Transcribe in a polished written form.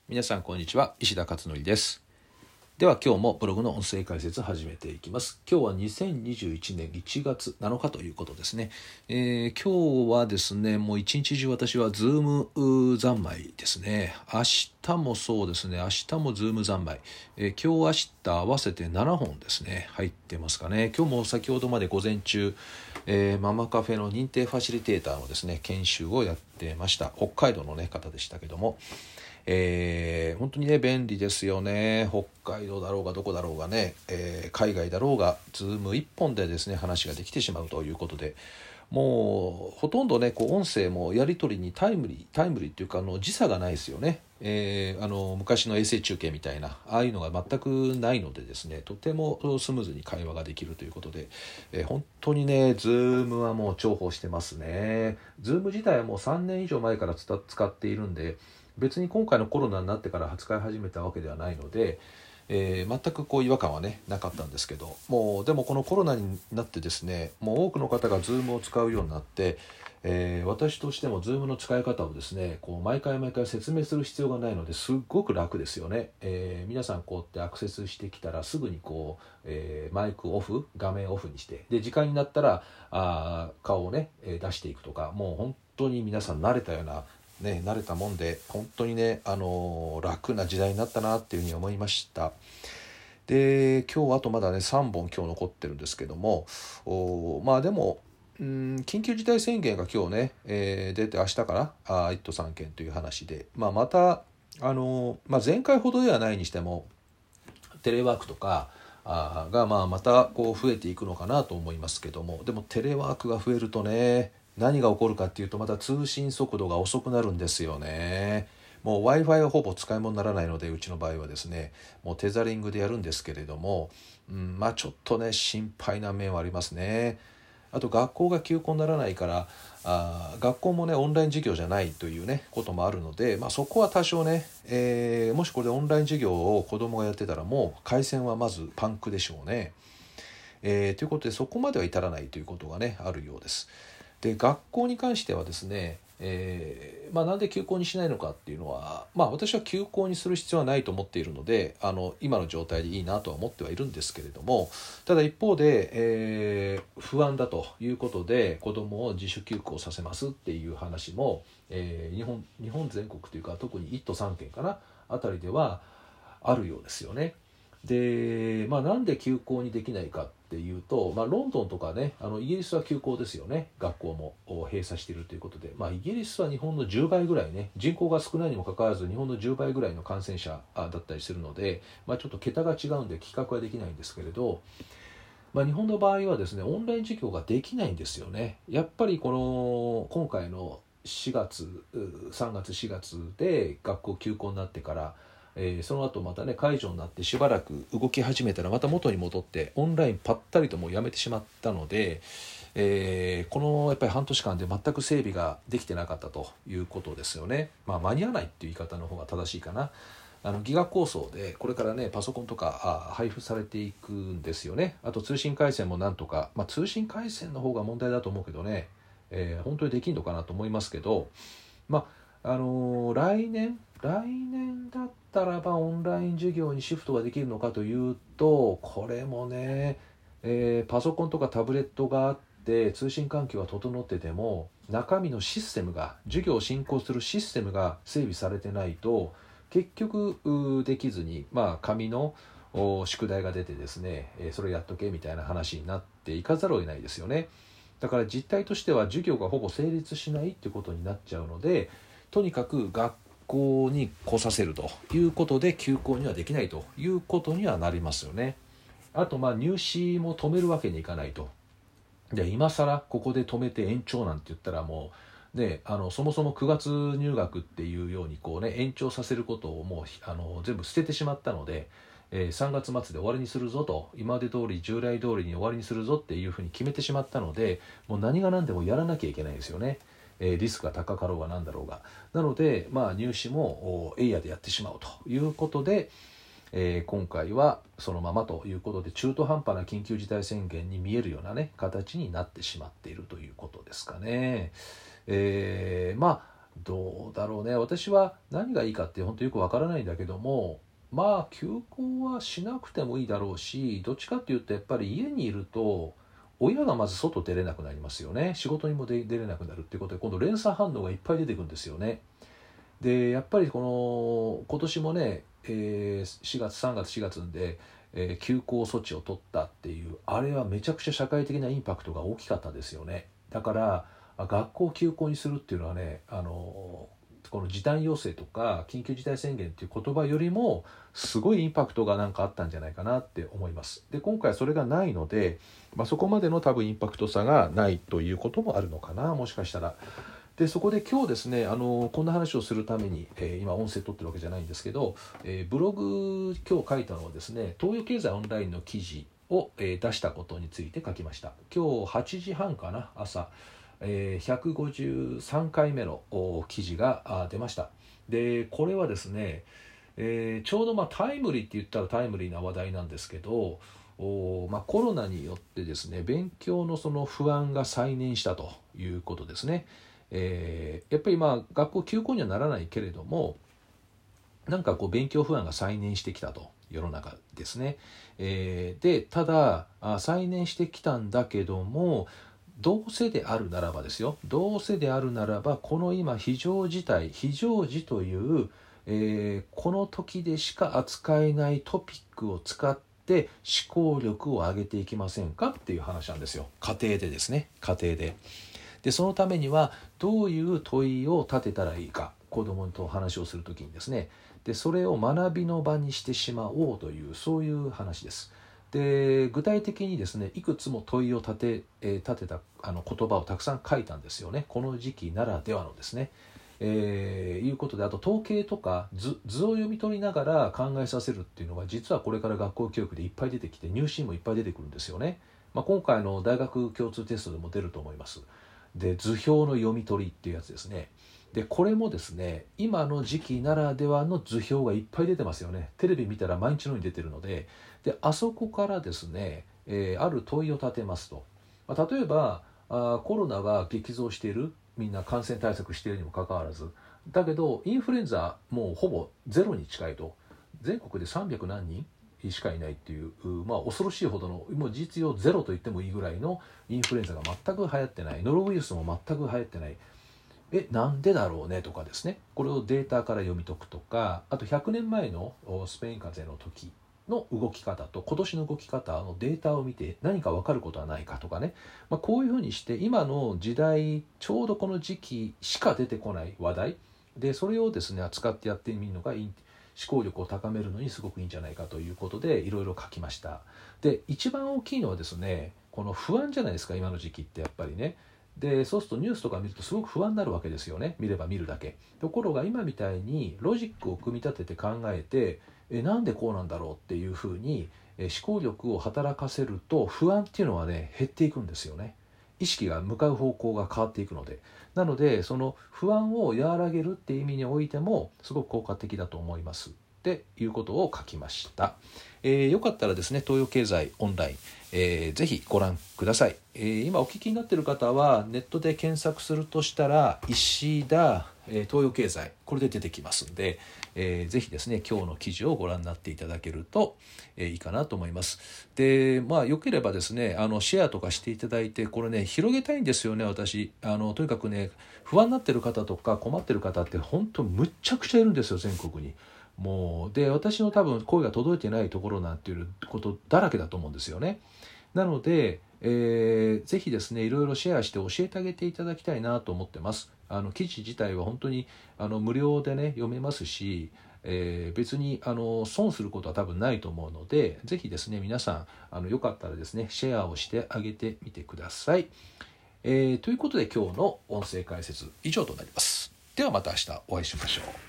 皆さんこんにちは、石田勝則です。では今日もブログの音声解説始めていきます。今日は2021年1月7日ということですね。今日はですね、もう一日中私はズーム三昧ですね。明日もそうですね、明日もズーム三昧。今日明日合わせて7本ですね、入ってますかね。今日も先ほどまで午前中、ママカフェの認定ファシリテーターのですね、研修をやってました。北海道の、方でしたけども。本当にね便利ですよね。北海道だろうがどこだろうがね、海外だろうがズーム一本でですね話ができてしまうということで、もうほとんどね音声もやり取りにタイムリーっていうか時差がないですよね。昔の衛星中継みたいなああいうのが全くないのでですね、とてもスムーズに会話ができるということで、本当にねズームはもう重宝してますね。ズーム自体はもう3年以上前から使っているんで、別に今回のコロナになってから使い始めたわけではないので、全く違和感はねなかったんですけど、もうでもこのコロナになってですね、もう多くの方が Zoom を使うようになって、私としても Zoom の使い方をですね毎回説明する必要がないのですっごく楽ですよね。皆さんこうやってアクセスしてきたらすぐにマイクオフ、画面オフにして、で時間になったら顔をね出していくとか、もう本当に皆さん慣れたような慣れたもんで、本当にね、楽な時代になったなっていうふうに思いました。で、今日あとまだね3本今日残ってるんですけども、でも緊急事態宣言が今日ね、出て明日から1都3県という話で、また前回ほどではないにしてもテレワークとかがまた増えていくのかなと思いますけども、でもテレワークが増えるとね何が起こるかっていうと、また通信速度が遅くなるんですよね。もう Wi-Fi はほぼ使い物にならないので、うちの場合はですねもうテザリングでやるんですけれども、ちょっとね心配な面はありますね。あと学校が休校にならないから、学校もねオンライン授業じゃないというねこともあるので、そこは多少ね、もしこれでオンライン授業を子供がやってたらもう回線はまずパンクでしょうね。ということでそこまでは至らないということがねあるようです。で、学校に関してはですね、なんで休校にしないのかっていうのは、私は休校にする必要はないと思っているので、今の状態でいいなとは思ってはいるんですけれども、ただ一方で、不安だということで子どもを自主休校させますっていう話も、日本全国というか特に1都3県かなあたりではあるようですよね。で、なんで休校にできないかっていうと、ロンドンとかねイギリスは休校ですよね。学校も閉鎖しているということで、イギリスは日本の10倍ぐらいね、人口が少ないにもかかわらず日本の10倍ぐらいの感染者だったりするので、ちょっと桁が違うんで比較はできないんですけれど、日本の場合はですねオンライン授業ができないんですよね。やっぱり今回の3月4月で学校休校になってから、その後またね解除になってしばらく動き始めたらまた元に戻ってオンラインぱったりともうやめてしまったので、このやっぱり半年間で全く整備ができてなかったということですよね。間に合わないっていう言い方の方が正しいかな。ギガ構想でこれからねパソコンとか配布されていくんですよね。あと通信回線もなんとか、通信回線の方が問題だと思うけどね、本当にできんのかなと思いますけど、来年だったらばオンライン授業にシフトができるのかというと、これもね、パソコンとかタブレットがあって通信環境が整ってても中身のシステムが、授業を進行するシステムが整備されてないと結局できずに、紙の宿題が出てですね、それやっとけみたいな話になっていかざるを得ないですよね。だから実態としては授業がほぼ成立しないっていうことになっちゃうので、とにかく学校に来させるということで休校にはできないということにはなりますよね。あと入試も止めるわけにいかないと。で今更ここで止めて延長なんて言ったらもうね、そもそも9月入学っていうように延長させることをもう全部捨ててしまったので、3月末で終わりにするぞと、今まで通り従来通りに終わりにするぞっていうふうに決めてしまったので、もう何が何でもやらなきゃいけないですよね。リスクが高かろうがなんだろうが。なので入試もエイヤでやってしまうということで、今回はそのままということで中途半端な緊急事態宣言に見えるような形になってしまっているということですかね。 どうだろうね。私は何がいいかって本当よくわからないんだけども、まあ休校はしなくてもいいだろうし、どっちかっていうとやっぱり家にいると親がまず外出れなくなりますよね。仕事にも出れなくなるっていうことで、今度連鎖反応がいっぱい出てくるんですよね。でやっぱりこの今年もね、4月3月4月で、休校措置を取ったっていう、あれはめちゃくちゃ社会的なインパクトが大きかったですよね。だから学校を休校にするっていうのはね、この時短要請とか緊急事態宣言っていう言葉よりもすごいインパクトがなんかあったんじゃないかなって思います。で今回それがないので、そこまでの多分インパクト差がないということもあるのかな、もしかしたら。でそこで今日ですね、こんな話をするために、今音声取ってるわけじゃないんですけど、ブログ今日書いたのはですね、東洋経済オンラインの記事を、出したことについて書きました。今日8時半かな、朝、153回目の記事が出ました。でこれはですね、ちょうどタイムリーって言ったらタイムリーな話題なんですけど、コロナによってですね、勉強のその不安が再燃したということですね。やっぱり学校休校にはならないけれども、なんかこう勉強不安が再燃してきたと、世の中ですね。でただ再燃してきたんだけども、どうせであるならばですよ、どうせであるならばこの今非常事態、非常時という、この時でしか扱えないトピックを使って思考力を上げていきませんかっていう話なんですよ。家庭でですね、家庭で。でそのためにはどういう問いを立てたらいいか、子どもと話をするときにですね。でそれを学びの場にしてしまおうという、そういう話です。で具体的にですね、いくつも問いを立てた言葉をたくさん書いたんですよね。この時期ならではのですね、いうことで、あと統計とか図を読み取りながら考えさせるっていうのが、実はこれから学校教育でいっぱい出てきて、入試もいっぱい出てくるんですよね。今回の大学共通テストでも出ると思います。で図表の読み取りっていうやつですね。でこれもですね、今の時期ならではの図表がいっぱい出てますよね。テレビ見たら毎日のように出てるので、あそこからですね、ある問いを立てますと。例えばコロナが激増している、みんな感染対策しているにもかかわらず、だけどインフルエンザもうほぼゼロに近いと、全国で300何人しかいないっていう、恐ろしいほどの、もう事実上ゼロと言ってもいいぐらいのインフルエンザが全く流行ってない、ノロウイルスも全く流行ってない。なんでだろうねとかですね、これをデータから読み解くとか、あと100年前のスペイン風邪の時の動き方と今年の動き方のデータを見て何か分かることはないかとかね、こういうふうにして今の時代、ちょうどこの時期しか出てこない話題で、それをですね扱ってやってみるのがいい、思考力を高めるのにすごくいいんじゃないかということでいろいろ書きました。で一番大きいのはですね、この不安じゃないですか、今の時期ってやっぱりね。でそうするとニュースとか見るとすごく不安になるわけですよね、見れば見るだけ。ところが今みたいにロジックを組み立てて考えて、なんでこうなんだろうっていうふうに思考力を働かせると、不安っていうのはね減っていくんですよね。意識が向かう方向が変わっていくので。なのでその不安を和らげるっていう意味においてもすごく効果的だと思いますっていうことを書きました。よかったらですね、東洋経済オンライン、ぜひご覧ください。今お聞きになっている方はネットで検索するとしたら石田、東洋経済、これで出てきますんで、ぜひですね今日の記事をご覧になっていただけると、いいかなと思います。でよければですねシェアとかしていただいて、これね広げたいんですよね。私とにかくね、不安になってる方とか困ってる方って本当むっちゃくちゃいるんですよ、全国に。もうで私の多分声が届いてないところなんていうことだらけだと思うんですよね。なので、ぜひですねいろいろシェアして教えてあげていただきたいなと思ってます。記事自体は本当に無料でね読めますし、別に損することは多分ないと思うので、ぜひですね皆さんよかったらですねシェアをしてあげてみてください。ということで今日の音声解説以上となります。ではまた明日お会いしましょう。